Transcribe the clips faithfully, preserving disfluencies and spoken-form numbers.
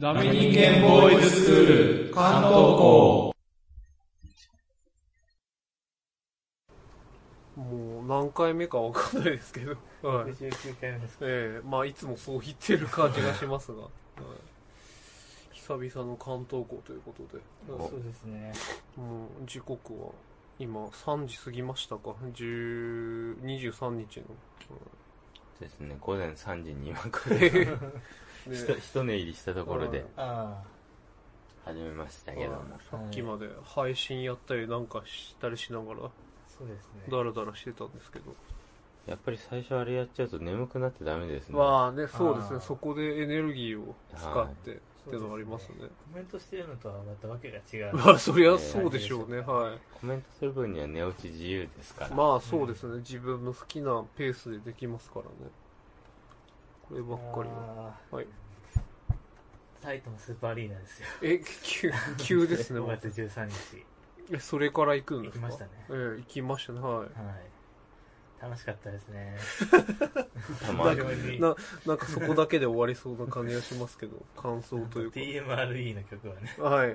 ダメ人間ボーイズスクール関東校。 もう何回目かわかんないですけど、はい、 ろくじゅうきゅうかいめですか。 ええー、まあいつもそう言ってる感じがしますが、はい、久々の関東校ということで、 そうですね。 もう時刻は今さんじ過ぎましたか、にじゅう、にじゅうさんにちの、 うん、ですね、ごぜんさんじに今これね、 ひと一寝入りしたところであ始めましたけども、 さっきまで配信やったりなんかしたりしながらそうですね、 ダラダラしてたんですけど、 やっぱり最初あれやっちゃうと眠くなってダメですね。 まあね、そうですね、そこでエネルギーを使ってってのがありますね。 コメントしてるのとはまたわけが違う。 まあそりゃそうでしょうね、はい。 コメントする分には寝落ち自由ですから。 まあそうですね、うん、自分の好きなペースでできますからね。こればっかりは。はい。 埼玉スーパーアリーナですよ。 え、急、急ですね。 ごがつじゅうさんにち。 え、それから行くんですか？ 行きましたね。 えー、行きましたね、はい。はい。 楽しかったですね。 たまにな、なんかそこだけで終わりそうな感じがしますけど、感想というか。 ティーエムアールイー の曲はね。 はい。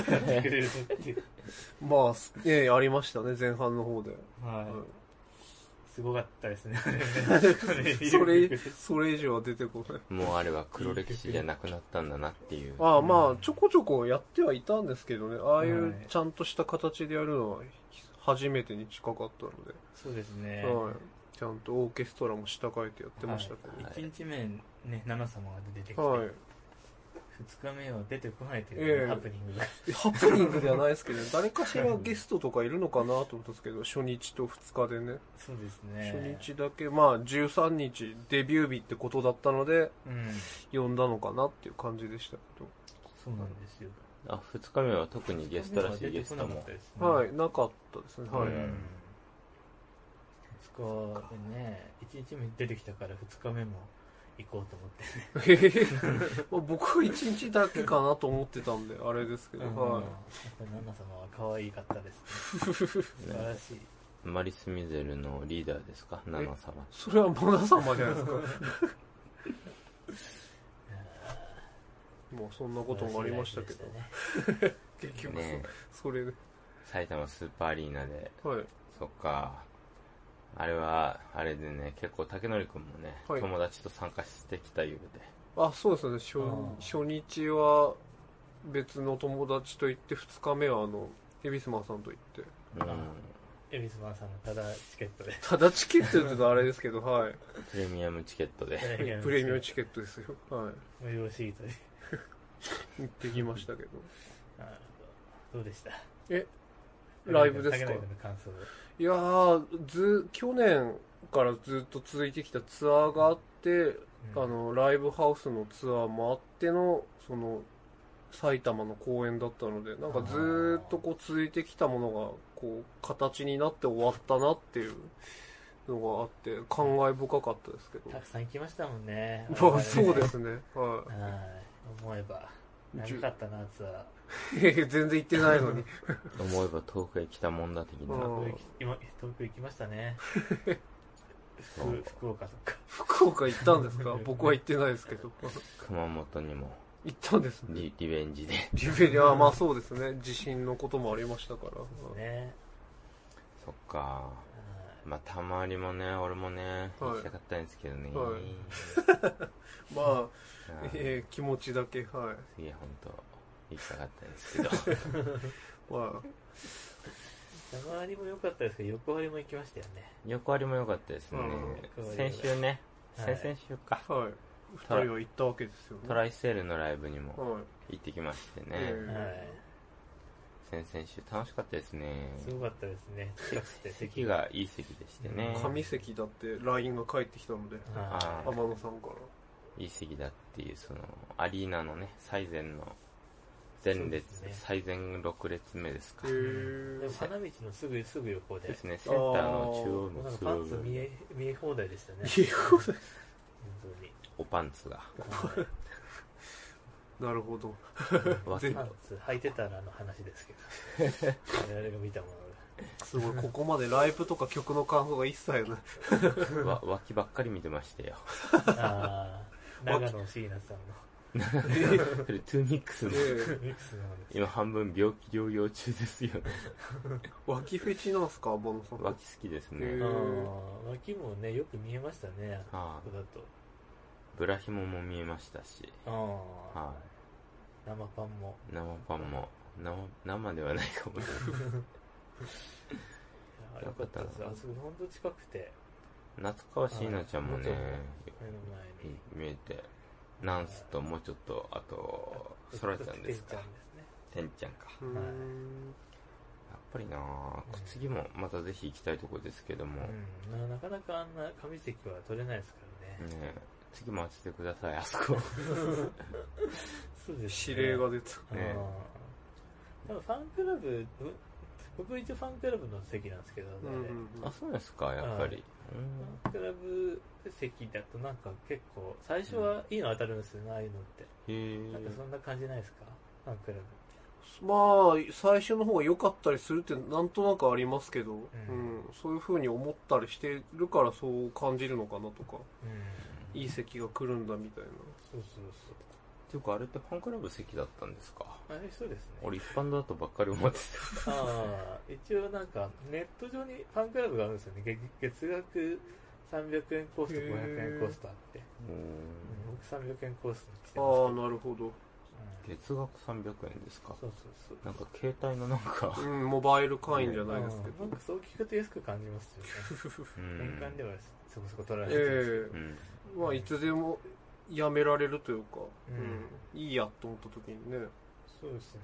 まあ、ええ、ありましたね、前半の方で。 はい。はい、すごかったですね。 それ、それ以上は出てこない。 もうあれは黒歴史じゃなくなったんだなっていう。 ああ、まあ、ちょこちょこやってはいたんですけどね、ああいうちゃんとした形でやるのは初めてに近かったので。 そうですね。 はい。ちゃんとオーケストラも下書いてやってましたけど。 はい、いちにちめね、ナナ様が出てきて。 はい。 ふつかめは出てこないという、ね、えー、ハプニングが。 ハプニングではないですけど、ね、誰かしらゲストとかいるのかなと思ったんですけど、初日とふつかでね。 そうですね。 初日だけ、まあじゅうさんにちデビュー日ってことだったので、うん、呼んだのかなっていう感じでしたけど。 そうなんですよ。 あ、ふつかめは特にゲストらしいゲストも。 ね、はい、なかったですね。はい。うん、 ふつかでね、いちにちめ出てきたからふつかめも行こうと思ってね。 僕はいちにちだけかなと思ってたんで、あれですけど、うん、はい。やっぱりナナ様は可愛かったですね。素晴らしい。 マリス・ミゼルのリーダーですか、ナナ様。 それはナナ様じゃないですか。もうそんなこともありましたけど、ね、結局 そ,、ね、それで埼玉スーパーアリーナで、 はい、 そっか、あれはあれでね、結構竹則くんもね、はい、友達と参加してきたようで。 あ、そうですね、初, 初日は別の友達と行って、ふつかめはあのエビスマンさんと行って、 うん、 エビスマンさんのただチケットで、 ただチケットって言うとあれですけど、はい、 プレミアムチケットでプレミアムチケットですよ、はい、 無料シートで行ってきましたけど。 あ、どうでした？ え、ライブですか？いやー、ず去年からずっと続いてきたツアーがあって、うん、あのライブハウスのツアーもあってのその埼玉の公演だったので、なんかずっとこう続いてきたものがこう形になって終わったなっていうのがあって感慨深かったですけど。 たくさん行きましたもんね。 まあそうですね。はい。 はい、思えば長かったな、ツアー。全然行ってないのに。 思えば遠くへ来たもんだ的な。 遠く行きましたね。福岡とか。 福岡行ったんですか？僕は行ってないですけど。 熊本にも行ったんですね。 リ, リベンジで。 リベンジ、あ、まあそうですね。地震のこともありましたから。 そうですね。 そっか。まあたまにもね、俺もね、行きたかったんですけどね。はいはい、 まあ、えー、気持ちだけ、はい。 いや、本当行きたかったんですけど。 まあ、 たまにも良かったですけど、横割りも行きましたよね。 横割りも良かったですね。先週ね、はい、先々週か。 はい。二人は行ったわけですよね。 トライセールのライブにも行ってきましてね。はい。先々週楽しかったですね。 すごかったですね。 席がいい席でしてね。 神席だって ライン が返ってきたので、天野さんから。 いい席だっていう、そのアリーナのね、最前の前列、ね、最前ろく列目ですか。 でも花道のすぐすぐ横でですね、センターの中央のパンツ見え見え放題でしたね。 見え放題。 本当に。 おパンツが。 なるほど。 パンツ履いてたらの話ですけど。我々が見たもので。すごい、ここまでライブとか曲の感想が一切ない。 わ脇ばっかり見てましたよ。 ああ。長野椎名さんの。 それトゥーミックスの、 え今半分病気療養中ですよね。 ー、脇フェチなんすか、ボノさん。 脇好きですね。 へあーあ、脇もね、よく見えましたね、 はここだと。 い。ブラヒモも見えましたし、 ああ、 は生パンも。 い。生パンも、生、生ではないかもしれない。 いやよかったです。あそこほんと近くて、 夏川椎名ちゃんもね、 目の前に。 見えて、ナンスともうちょっと、あと、ソラちゃんですか。 てんちゃんですね。 てんちゃんか。 うーん。 やっぱりなぁ、次もまたぜひ行きたいところですけども、 うん、ななかなかあんな神席は取れないですからね。 ね、次も当ててください、あそこ。 そうですね。 指令が出た。 ねあー多分ファンクラブ、う僕一応ファンクラブの席なんですけど、 うんうんうんあ、そうですか、やっぱり。 ファンクラブ席だとなんか結構、最初はいいの当たるんですよね、ああいうのって。 へなんかぇそんな感じないですか、ファンクラブ。 まあ、最初の方が良かったりするってなんとなくありますけど、うん、そういう風に思ったりしてるからそう感じるのかなとか、 うん。 いい席が来るんだみたいな。 そうそうそう。 っていうか、あれってファンクラブ席だったんですか？ あれそうですね。 俺一般だとばっかり思ってああ、一応なんかネット上にファンクラブがあるんですよね。月月額さんびゃくえんコースとごひゃくえんコースとあって。 た。 うん僕さんびゃくえんコースに来てああ、 ますけど。 なるほど。 うん月額さんびゃくえんですか？ そうそうそう。 なんか携帯のなんか、 うん、モバイル会員じゃないですけど。 うんなんかそう聞くと安く感じますよね。 うん年間ではそこそこ取られてるんですえうん。 えまあ、いつでもやめられるというか、 うんうん、いいやと思った時にね。 けど。そうですね。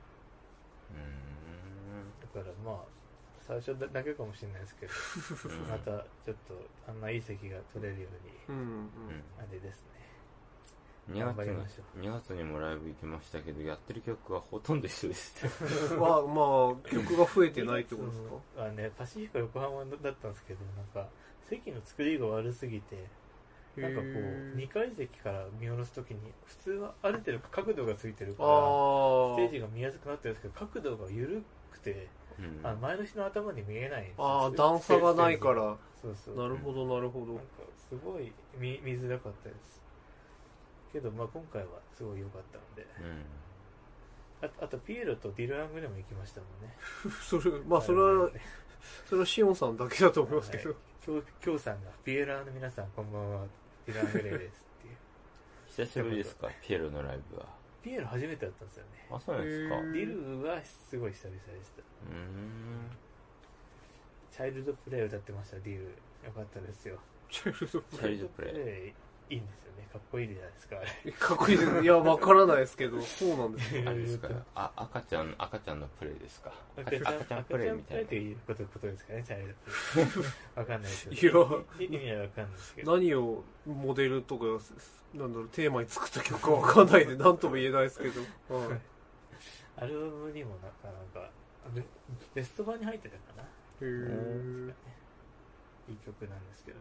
うだからまあ、最初だけかもしれないですけど、 ーん。 またちょっとあんないい席が取れるように、 うん、うん。 うんあれですね。 にがつに頑張りましょにがつにもライブ行きましたけど、やってる曲はほとんど一緒でした。 まあ、まあ、曲が増えてないってことですか？ あね、パシフィコ横浜だったんですけど、なんか、席の作りが悪すぎて、なんかこへーう、にかい席から見下ろすときに、普通はある程度角度がついてるかあら、 ーステージが見やすくなってるんですけど、角度が緩くて、 うんあの前の人の頭に見えないんですよあー、段差がないか。ら。 そうそう。 なるほど、なるほどなん。か、すごい見見づらかったです。けど、まあ今回はすごい良かったので。 うん。 ああと、ピエロとディル・アングレも行きましたもんね。 それ、まあ、それは、それはシオンさんだけだと思いますけど。 きょうきょうさんが、ピエロの皆さんこんばんは、ディル・アングレイですっていう。 久しぶりですか、ピエロのライブは。 ピエロ初めてだったんですよね。 あ、そうなんですか。うへーディルはすごい久々でした。 ーん。 チャイルドプレイ歌ってました、ディル。よかったですよ。 チャイルドチャイルドプレイ。 イいいんですよね。かっこいいじゃないですか、あれ。 かっこいいです。いや、わからないですけど、そうなんですよ。 あれですか、あ、赤ちゃん、赤ちゃんのプレイですか。赤赤ちゃん赤ちゃんプレイみたいな赤ちゃんプレイって。いうことことですかね、チャイルドプレイ。わかんないですけど。い意味はわかんないですけど。 何をモデルとか、なんだろう、テーマに作った曲かわかんないんで、なんとも言えないですけど。はいアルバムにもなんか、なんか、ベベスト版に入ってたかな。 へーいい曲なんですけど。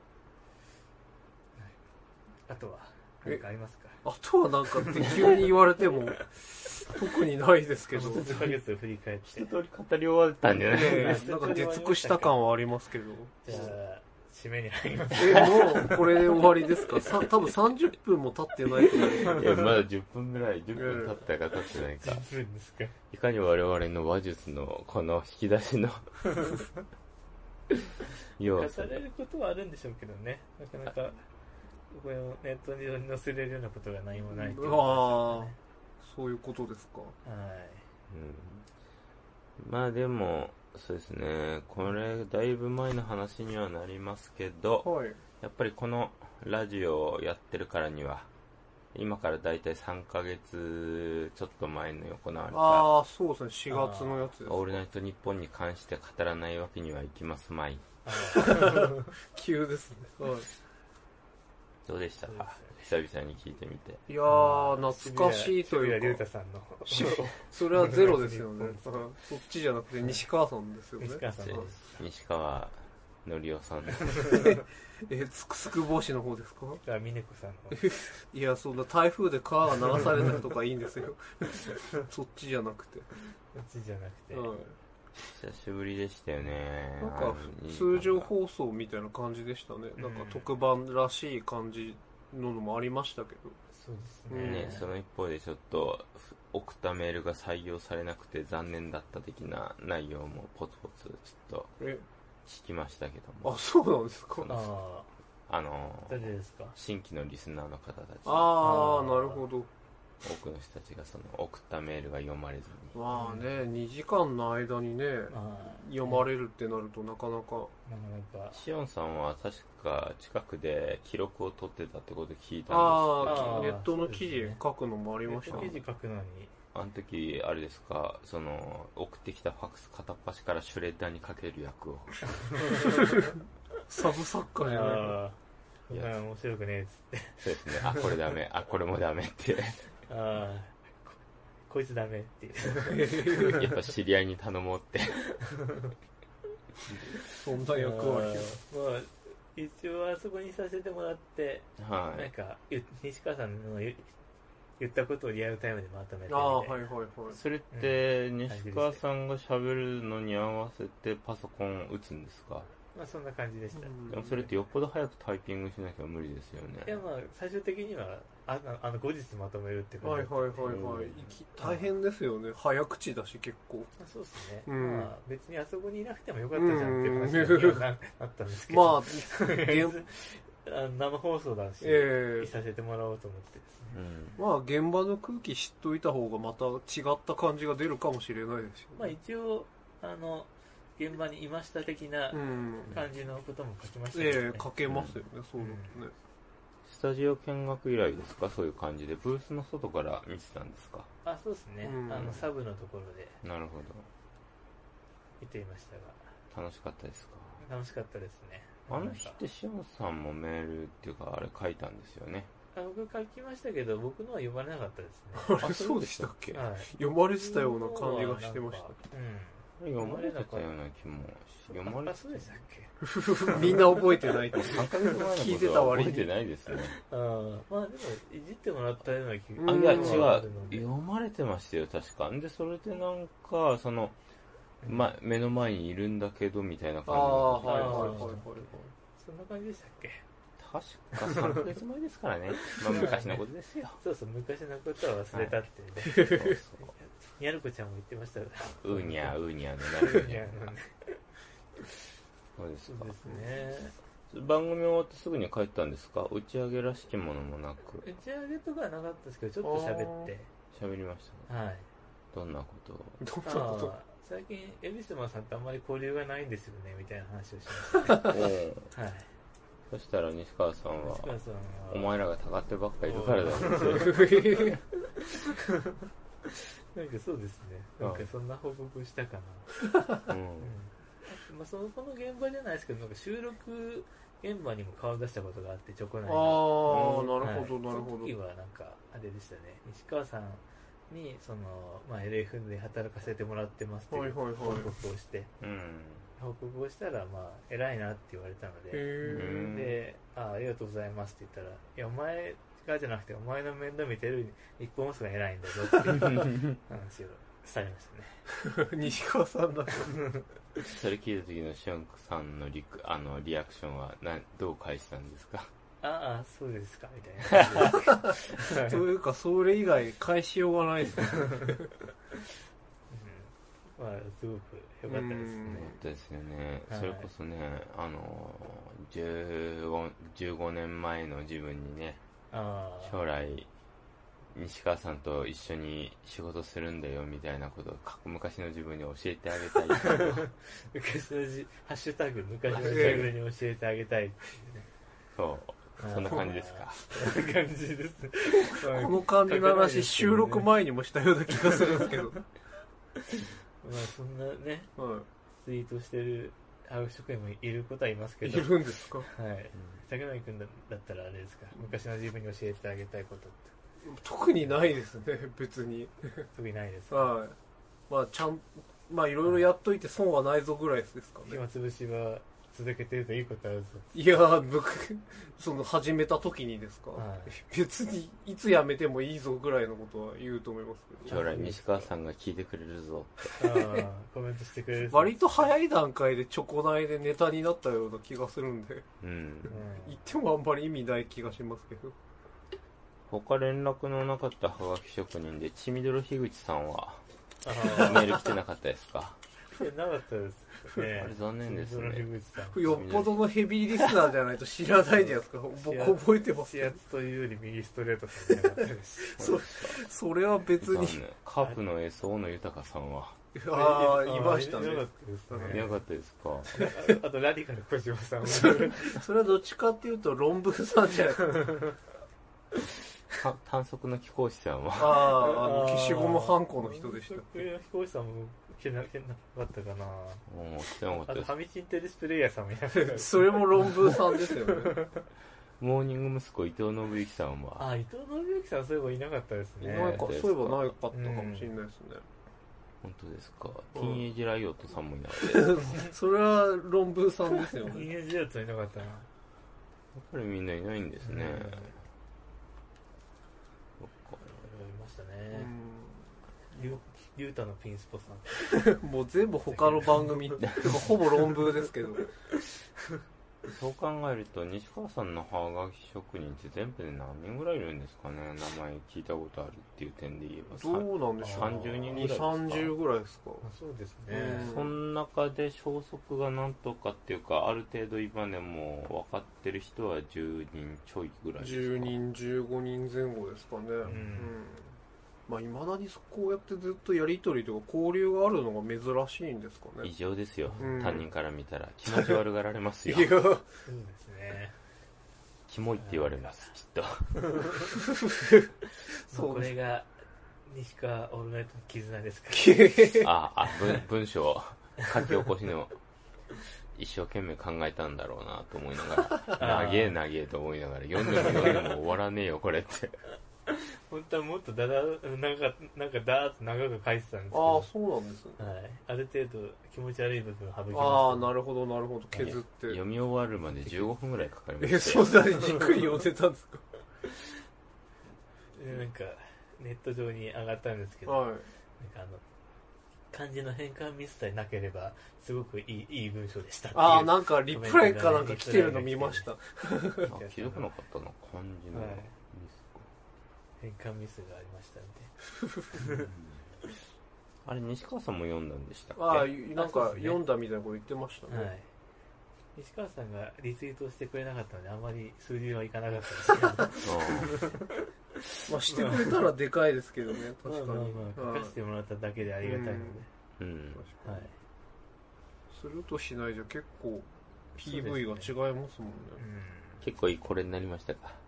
はいあとは、何かありますか？ あとはなんかって急に言われても、特にないですけど。ね数ヶ月を振り返って。 一通り語り終わったんじゃない？ えなんか出尽くした感はありますけど。 じゃあ、締めに入ります。 え、もうこれで終わりですか？さ多分さんじゅっぷんも経ってないと思う。 いや、まだじゅっぷんぐらい、じゅっぷん経ったか経ってないか。 十分ですか？ いかに我々の話術のこの引き出しの要語素れることはあるんでしょうけどね。なかなか、これをネットに載せれるようなことが何もないっていうあこあ、そういうことですか。 とですよね。はい。 うん、まあでもそうですね、これだいぶ前の話にはなりますけど、 はい。 やっぱりこのラジオをやってるからには今からだいたいさんかげつちょっと前の行われたああ、そうですね、しがつのやつです。 オールナイトニッポンに関して語らないわけにはいきますまい。 急ですね。はい。 どうでしたか、 そ久々に聞いてみて。 いやー、懐かしいと渋谷龍いうか。 太さんの。 それはゼロですよね。うんそっちじゃなくて西川さんですよね。 西川さんの。 西川のりおさんえ、つくすく帽子の方ですか？ あ、峰子さんの。 いや、そんな台風で川が流されたりとかいいんですよ。そっちじゃなくて。 こっちじゃなくて。 はい。 久しぶりでしたよね。 なんかあの通常放送みたいな感じでしたね。なんか特番らしい感じののもありましたけど。 そうですね。 ね、その一方でちょっと送ったメールが採用されなくて残念だった的な内容もポツポツちょっと聞きましたけども。 あ、そうなんですか。 ああの誰ですか。 新規のリスナーの方たち、 ああ、なるほど。 多くの人たちがその送ったメールが読まれずに、 まあね、にじかんの間にね、 あ読まれるってなるとなかなか。 なかなか。 シオンさんは確か近くで記録を取ってたってこと聞いたんですけど、 ああ、 あーネットの記事書くのもありましたね。 ネット記事書くのに。 あの時あれですか、その送ってきたファックス片っ端からシュレッダーにかける役をサブ作家じゃないああ、そんな面白くねえっつって。 そうですね、あこれダメ、あこれもダメってああ、こ、こいつダメっていう。 やっぱ知り合いに頼もうってそんな役割。 まあ、一応あそこにさせてもらって、 はなんか、ゆ西川さんの言言ったことをリアルタイムでまとめてみああ、 たいな。 はいはいはい。 それって西川さんが喋るのに合わせてパソコン打つんですか？ まあそんな感じでした。 うんでもそれってよっぽど早くタイピングしなきゃ無理ですよね。 いやまあ最終的にはあのあの後日まとめるってことはいはいはいはい。き大変ですよね。早口だし結構。 まあそうですね、 うんまあ別にあそこにいなくてもよかったじゃんっていう話にはななったんですけど、 まあ、 現あの生放送だし、 ええいさせてもらおうと思ってですね、 うん、 まあ現場の空気知っといた方がまた違った感じが出るかもしれないですよね。 まあ一応あの現場にいました的なうん。 感じのことも書きましたけどね、 ええ書けますよね、そうだとね。 スタジオ見学以来ですか？そういう感じでブースの外から見てたんですか？ あそうですね、 うんあのサブのところでなるほ見ていましたど、楽しかったですか？ が楽しかったですね。 あのなんか日ってシオンさんもメールっていうかあれ書いたんですよね。 あ僕書きましたけど僕のは読まれなかったですね。 あれそうでしたっけ？ はい、 読まれてたような感じがしてました。 うんあれ読まれてたような気も読まれてあそうでしたっけ。 みんな覚えてないって。 さんかげつまえの聞いてことはた割に覚えてないですね。 あーまあでもいじってもらったような気うんあ、いや違う、 あるので読まれてましたよ確か。でそれでなんかその、ま、目の前にいるんだけどみたいなあ感じあ、 のはいはいはいはい。 そんな感じでしたっけ。 確かさんかげつまえですからね。まあ昔のことですよ。 そうそう昔のことは忘れたってね、 そうそうにゃるこちゃんも言ってましたよ。 うーにゃうーにゃのなうるにゃそうですか。 そうですね。 番組終わってすぐに帰ったんですか？打ち上げらしきものもなく打ち上げとかはなかったですけどちょっと喋って、 喋りましたね。 はい。 どんなことを？ どんなこあとー最近恵比寿マンさんとあんまり交流がないんですよねみたいな話をしました、ね、 おうはい。 そしたら西川さんは西川さんはお前らがたがってばっかいるからだってなんかそうですね。なんかそんな報告したかな。 うんうん。まあそのこの現場じゃないですけど、なんか収録現場にも顔出したことがあってチョコ内ああ、 の。 なるほど、なるほどその時。はなんかあれでしたね。西川さんにそのまあ エルエフ で働かせてもらってますっていうはいはいはい報告をして、 うん報告をしたらまあ偉いなって言われたので。 へで、ああ、ありがとうございますって言ったら、いや、お前がじゃなくて、お前の面倒見てる日本モスが偉いんだぞっていう話をされましたね。 え。西川さんだと。 それ聞いた時のシオンさんのリクあのリアクションはなどう返したんですか？ ああ、そうですか、みたいな感じで。 というか、それ以外返しようがないですね。 うん、まあ、すごく良かったですね。 そうですよね、 はいそれこそねあのじゅうご、じゅうごねんまえの自分にねああ、 将来西川さんと一緒に仕事するんだよみたいなことを過去昔の自分に教えてあげたい昔のじ、ハッシュタグ、昔の自分に教えてあげたいっていうね。 そうそんな感じですか？ そんな感じです。 この感じの話、収録前にもしたような気がするんですけど。 まあ、そんなね、 はツイートしてるハウ職員もいることはいますけい。いど。 るんですか？ はい。竹内くんだったらあれですか、昔の自分に教えてあげたいことって特にないですね、別に。 特にないですか？ はい。まあ、ちゃん、まあ、いろいろやっといて損はないぞぐらいですかね。 暇つぶしは続けてるといいことあるぞ。 いやー、僕、その始めた時にですか、 は別にいつやめてもいいぞぐらいのことは言うと思いますけど。 将来西川さんが聞いてくれるぞああ、コメントしてくれる。 割と早い段階でチョコ内でネタになったような気がするんで、 うんうん。 言ってもあんまり意味ない気がしますけど。 他連絡のなかったハガキ職人で、ちみどろ樋口さんは、 あメール来てなかったですか？ いや、なかったですね。 あれ残念ですね。 よっぽどのヘビーリスナーじゃないと知らないじゃないですか。僕覚えてます。 指圧というより右ストレートさんじゃなかったですそそれは別に。 カープのエース大野豊さんは、 ああ、いましたね。 いなかったですね。 いなかったですか？ あとラディカル小島さんも。 それはどっちかっていうと論文さんじゃないですか。 短足の貴公子さんは、 ああ、あの消しゴムハンコの人でした。 貴公子さんも来てなかったかな。 もう来てなかったあとです。 ファミチンテレスプレイヤーさんもいなかったです。 それも論文さんですよね。 モーニング息子伊藤信之さんは、 あ、伊藤信之さんそういえばいなかったですね。 なんかそういえばないかったかもしれないですね。 本当ですか？ティーンエイジライオットさんもいなかったです。 それは論文さんですよね。 ティーンエイジライオットいなかったな。 やっぱりみんないないんですね。そっか。 いましたね。リュウタのピンスポさん。 もう全部他の番組、ほぼ論文ですけど。 そう考えると、西川さんのハガキ職人って全部で何人ぐらいいるんですかね？名前聞いたことあるっていう点で言えば。 どうなんでしょう。 さんじゅうにんぐらいですか？ に、さんじゅうぐらいですか。 そうですね。 その中で消息がなんとかっていうか、ある程度今でも分かってる人はじゅうにんちょいぐらいですか？ じゅうにん、じゅうごにんぜん後ですかね。うん。うん、まあ、未だにこうやってずっとやりとりとか交流があるのが珍しいんですかね。 異常ですよ、 うん、 他人から見たら気持ち悪がられますよ。 いや、そうですね。 キモいって言われます、きっと。 そう、これが西川オールナイトの絆ですか？ ああ、文文章書き起こしの一生懸命考えたんだろうなと思いながら、長え長えと思いながら、読んでも読んでも終わらねえよこれって。 本当はもっとだだ、なんか、なんかだーっと長く書いてたんですけど。 ああ、そうなんですね。 はい。ある程度気持ち悪い部分を省きました。 ああ、なるほど、なるほど。削って。 読み終わるまでじゅうごふんぐらいかかりました。 え、そんなにじっくり読んでたんですか？ なんか、ネット上に上がったんですけど、 はい。 なんかあの、漢字の変換ミスさえなければ、すごくいい、いい文章でしたっていう。 ああ、なんかリプライかなんか来てるの見ました。 あ、気づかなかったな、漢字の。 はい、変換ミスがありましたんで。 あれ、西川さんも読んだんでしたっけ？ ああ、なんか読んだみたいなこと言ってましたね。 はい。西川さんがリツイートしてくれなかったので、あんまり数字はいかなかったですけど。 まあ、してくれたらでかいですけどね、確かに。 まあまあまあ、書かせてもらっただけでありがたいので。 うん。うん、 はい。 するとしないじゃ結構 ピーブイ が違いますもんね。 うん、結構いいこれになりましたか？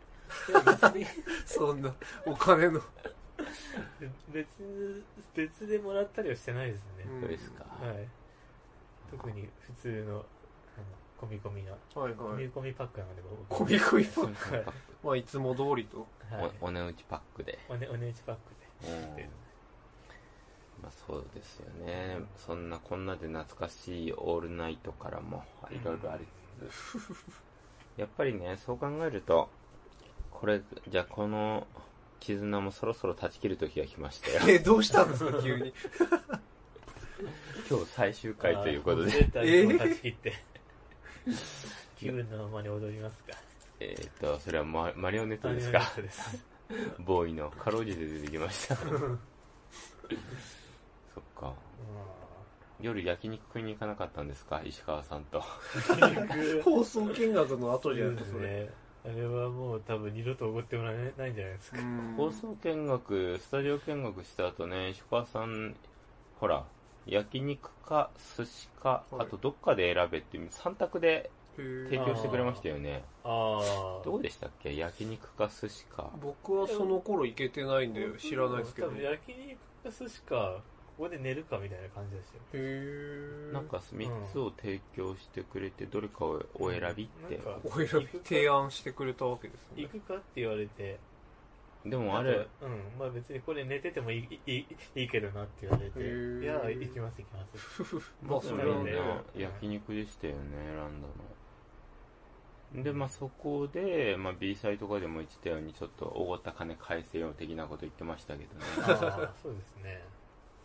そんなお金の別別でもらったりはしてないですね。 そうですか。 はい。特に普通のあの込み込みの、 はいはい、 込み込みパックなので込み込みパック、はい、まあいつも通りと、 はい、 お, お値打ちパックでお, ね、お値打ちパックで。 まあそうですよね。そんなこんなで懐かしいオールナイトからもいろいろありつつ、やっぱりね、そう考えるとこれじゃあこの絆もそろそろ断ち切る時が来ましたよ。 えどうしたんですか急に。 今日最終回ということで、 えー、断ち切って気分のままに踊りますか。 えーっとそれは マ, マリオネットですか？です。ボーイのかろうじて出てきました。そっか。夜焼肉食いに行かなかったんですか、石川さんと。 放送見学の後じゃないですか、 ね、あれはもう多分二度とおごってもらえないんじゃないですか。 放送見学、スタジオ見学した後ね、石川さんほら焼肉か寿司か、はい、あとどっかで選べってさん択で提供してくれましたよね。ああ、どうでしたっけ、焼肉か寿司か。 僕はその頃行けてないんで知らないですけど、 多分焼肉か寿司かここで寝るかみたいな感じですよ。 へえ。なんかみっつを提供してくれて、どれかをお選びって、うん、 お選び提案してくれたわけですね。 行くかって言われて、 でもあれ、うん、 まあ別にこれ寝ててもいい、いい、いいけどなって言われて、いや、行きます行きます。 まあそれはね、焼肉でしたよね、選んだの。で、まあそこで、まあ B サイとかでも言ってたように、ちょっとおごった金返せよ的なこと言ってましたけどね。 ああ、そうですね。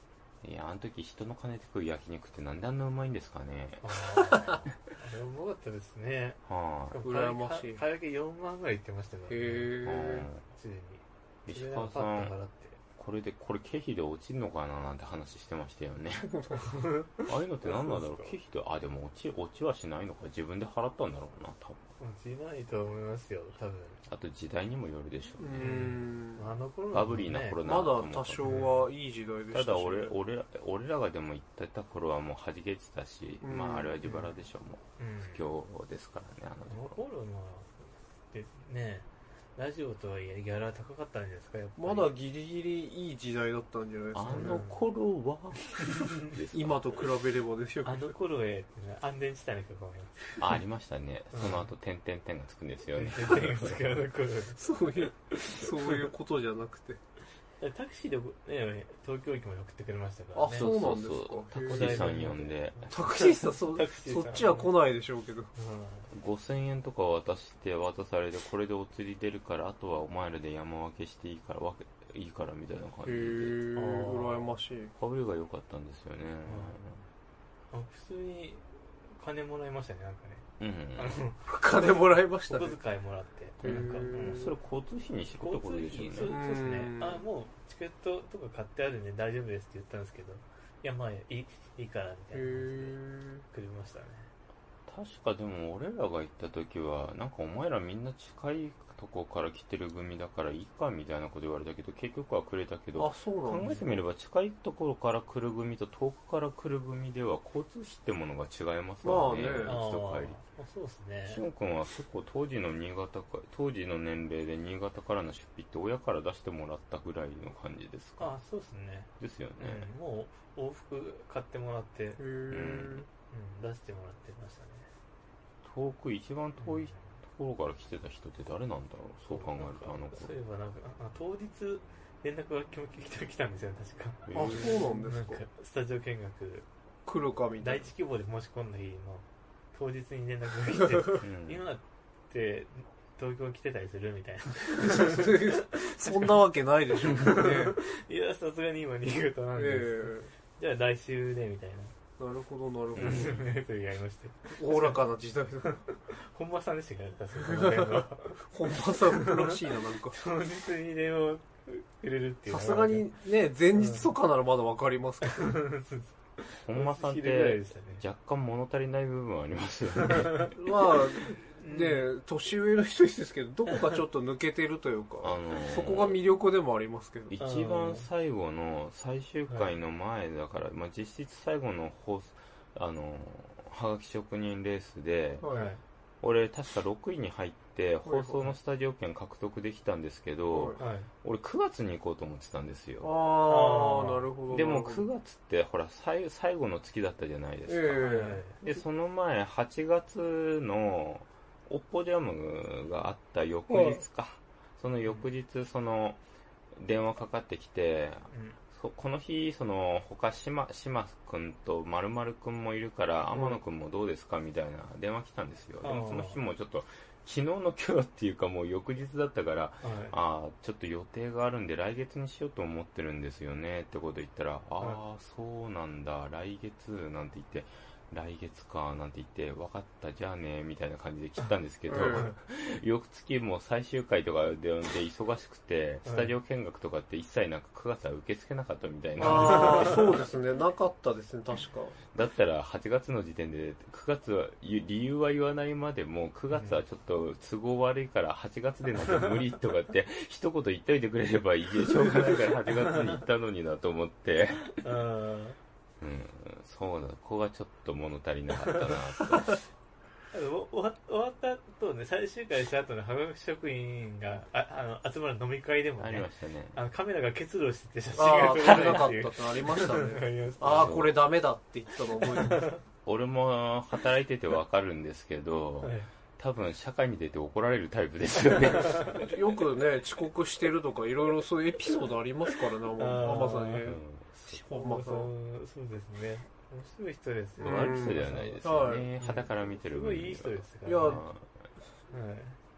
いや、あの時人の金で食う焼肉ってなんであんなうまいんですかね。 ああれうまかったですね。 はあ、 羨ましい。 か焼きよんまんぐらいいってましたからね。 へうんえ。 すでに。 石川さんそれでパッと払ってこれでこれ経費で落ちるのかななんて話してましたよね。ああいうのって何なんだろう。経費で、あ、でも落ち落ちはしないのか。自分で払ったんだろうな、多分。 落ちないと思いますよ、多分。 あと時代にもよるでしょううね。 ん。 あの頃のねバブリーな頃なまだ多少はいい時代でしたし、 ただ俺俺ら俺らがでも行ってた頃はもう弾けてたし、 うんまああれは自腹でしょう、もうんう不況ですからね、ああののとこ頃のでね、ラジオとはいえギャラ高かったんじゃないですか、やっぱり。 まだギリギリいい時代だったんじゃないですかね。 ろあの頃は今と比べればでしょうけど。 あの頃へってね、安全地帯の曲があります。 あありましたね、 うんその後点々点がつくんですよね。 全然つくあの頃。 そういう、そういうことじゃなくて。 タクシーで、ね、東京駅まで送ってくれましたからね。 あそうなんですかそうそうタクシーさん呼んでタクシーさん、そ、 タクシーさんそっちは来ないでしょうけど。 ごせんえんとか渡して渡されて、これでお釣り出るからあとはお前らで山分けしていいから分けいいからみたいな感へえ、 じで羨ましい。 羽振りが良かったんですよね。 あ普通に金もらいましたね、なんかね。 うん、 あの金もらいましたおね。 小遣いもらって。 へーなんか、 うんそれ交通費にしろってことでしょうね。 そうそうですねう。んあ、もうチケットとか買ってあるんで大丈夫ですって言ったんですけど、いや、まあ、いいいいからみたへいな感じでえ。 くれましたね。 確かでも俺らが行った時はなんかお前らみんな近いとこから来てる組だからいいかみたいなこと言われたけど、結局はくれたけど、 あ、そうなんですね。 考えてみれば近いところから来る組と遠くから来る組では交通費ってものが違いますからね、 まあね行きと帰り。 あそうですね。 しおんくんは結構当時の新潟か当時の年齢で新潟からの出費って親から出してもらったぐらいの感じですか。 あ、そうですね。 ですよね。 うん、もう往復買ってもらって、 へえ。 うん、出してもらってましたね。 遠く一番遠いところから来てた人って誰なんだろう。そう考えるとあの子。 そういえばなんか、あ当日連絡が来た来たんですよ、確か。 あ、そうなんですか。 なんかスタジオ見学、 来るかみたい第一希望で申し込んだ日の当日に連絡が来て、 うん今って東京来てたりするみたいな。 な。そんなわけないでしょうね。 いや、さすがに今新潟なんで、 えじゃあ来週でみたいな。 え、なるほど、なるほやつやりまして。 ど。おおらかな時代だ。 本間さんでしたから、確かこの電話。 本間さんらしいな、なんか。 当日に電話をくれるっていうのは。 さすがにね、前日とかならまだわかりますけど。 本間さんっ昼ぐらいてでしたね。 若干物足りない部分はありますよね。 まあ、ね、年上の人ですけど、どこかちょっと抜けてるというか、 あのーそこが魅力でもありますけど。 一番最後の最終回の前だから、まあ、実質最後の放送あのはがき職人レースで、 はい。 はい。 俺確かろくいに入って放送のスタジオ券獲得できたんですけど、 はいはい。 俺くがつに行こうと思ってたんですよ。 ああ、なるほど。 でもなるほどくがつってほら最最後の月だったじゃないですか、 えでその前はちがつのオッポジャムがあった翌日か、その翌日その電話かかってきて、そこの日その他島島君と丸々君もいるから天野君もどうですかみたいな電話来たんですよ。でもその日もちょっと昨日の今日っていうかもう翌日だったから、 うん。はい。 ああちょっと予定があるんで来月にしようと思ってるんですよねってこと言ったら、ああそうなんだ来月なんて言って来月かなんて言って分かったじゃあねみたいな感じで切ったんですけど、翌月もう最終回とかでで忙しくてスタジオ見学とかって一切なんかくがつは受け付けなかったみたいな、 ああ、そうですね。なかったですね、確か。 だったらはちがつの時点でくがつは理由は言わないまでもくがつはちょっと都合悪いからはちがつでなきゃ無理とかって一言言っといてくれればいいしょうがないからはちがつに行ったのになと思ってあーうん、そうだ、ここがちょっと物足りなかったなと。 あの終わ終わった後ね、最終回した後のはがき職員がああの集まる飲み会でもありねましたね。 あのカメラが結露してて写真ああ、 が撮足りなかっれないっていうたってありましたね。 ありますああ、これダメだって言ったの覚えてます。 俺も働いててわかるんですけど、 はい多分社会に出て怒られるタイプですよね。 よくね、遅刻してるとか、いろいろそういうエピソードありますからね、 あーママさんね。 うん本間さん。 そうですね。面白い人ですよね。 うん悪い人ではないですよね。 はい肌から見てるすごいいい人ですからね。 いやはい。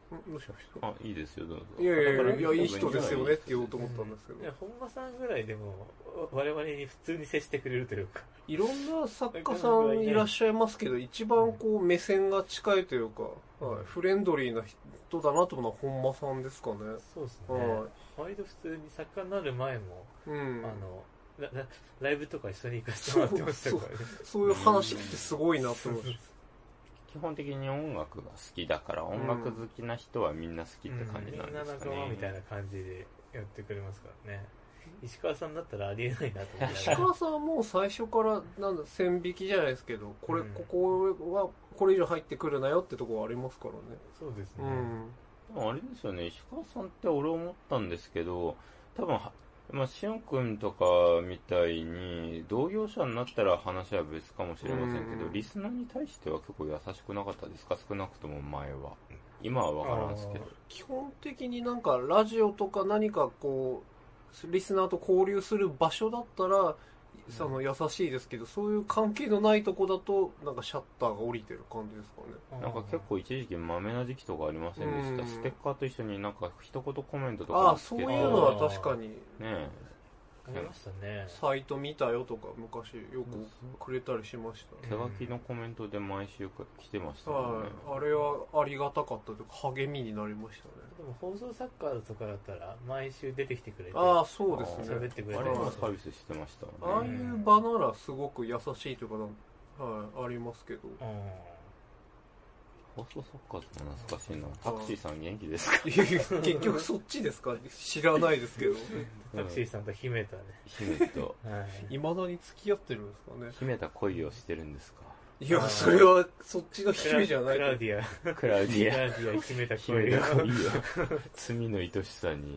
どうしましたあ、いいですよ、どうぞ。 いやいやいや、いや、いい人人ですよねって言おうと思ったんですけど。 いや、本間さんぐらいでも、我々に普通に接してくれるというか。 いろんな作家さんいらっしゃいますけど、一番こう目線が近いというか、はい、フレンドリーな人だなと思うのは本間さんですかね。 そうですね。 はい割と普通に作家になる前も、 うん、 あのララ、ライブとか一緒に行かせてもらってましたからね。 そう、そういう話ってすごいなと思いました。 基本的に音楽が好きだから、音楽好きな人はみんな好きって感じなんですかね。 うん、みんな仲間みたいな感じでやってくれますからね。石川さんだったらありえないなと思って。 石川さんはもう最初からなんだ線引きじゃないですけど、これ、うん、ここはこれ以上入ってくるなよってところはありますからね。 そうですね。 うんでもあれですよね、石川さんって俺思ったんですけど、多分まあ、しおんくんとかみたいに同業者になったら話は別かもしれませんけど、リスナーに対しては結構優しくなかったですか？少なくとも前は。今は分からんすけど。 基本的になんかラジオとか何かこうリスナーと交流する場所だったらその優しいですけど、そういう関係のないとこだとなんかシャッターが降りてる感じですかね。 なんか結構一時期マメな時期とかありませんでした？ステッカーと一緒になんか一言コメントとかああ、そういうのは確かにねえありましたね。 サイト見たよとか昔よくくれたりしました、 ね、手書きのコメントで毎週来てましたもんね、 はい、あれはありがたかったというか励みになりましたね。 でも放送作家とかだったら毎週出てきてくれて、 ああそうですね、 喋ってくれて、 あれもサービスしてましたね。 ああいう場ならすごく優しいというか、はい、ありますけど、うん、 放送作家って懐かしいな。タクシーさん元気ですか？ 結局そっちですか？知らないですけどタクシーさんと姫田ね。 姫といまだに付き合ってるんですかね。 姫田恋をしてるんですか？ いや、それはそっちの姫じゃない。 クラウディアクラウディアクラウディア姫田恋姫田恋を罪の愛しさに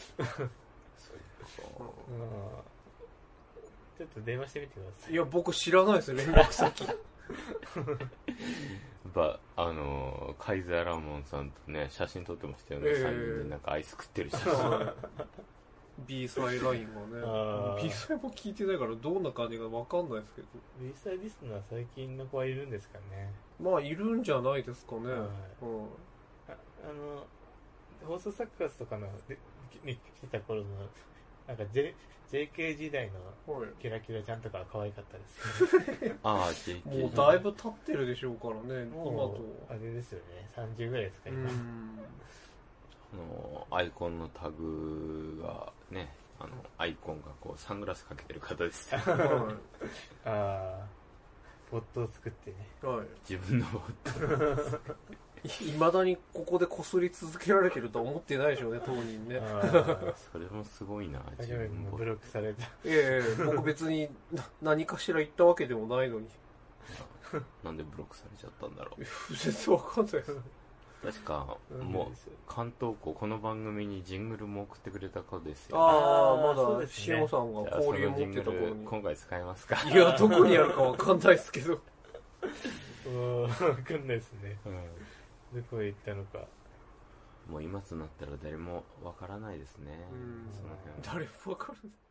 ちょっと電話してみてください。 いや、僕知らないですよ、連絡先。 ばあのカイザーラモンさんとね写真撮ってましたよね、えー、さんにんでなんかアイス食ってる写真 B サイラインがね B サイも聞いてないからどんな感じか分かんないですけど、 B サイリスナー最近の子はいるんですかね。 まあいるんじゃないですかね、はい、うん、ああの放送作家とかのに来た頃のなんか Jジェーケー 時代のキラキラちゃんとか可愛かったですね。 ああ、ジェーケーもうだいぶ経ってるでしょうからね、今と。 あれですよね、さんじゅうぐらいですか、今。 あの、アイコンのタグがね、あの、アイコンがこう、サングラスかけてる方ですよ。 ああ、ボットを作ってね。 はい。 自分のボット。 いまだにここでこすり続けられてるとは思ってないでしょうね、当人ね。 それもすごいな、 自分もブロックされた。 ええ、僕別に何かしら言ったわけでもないのに。 なんでブロックされちゃったんだろう。 全然わかんないです。 確か、もう、関東校、この番組にジングルも送ってくれた子ですよ、 ね。ああ、まだ、しおさんが交流を持ってた頃に。 今回使えますか？ いや、どこにあるかわかんないですけど。 わかんないですね。うんどこへ行ったのか。 もう今となったら誰もわからないですね。 うん、誰もわからない。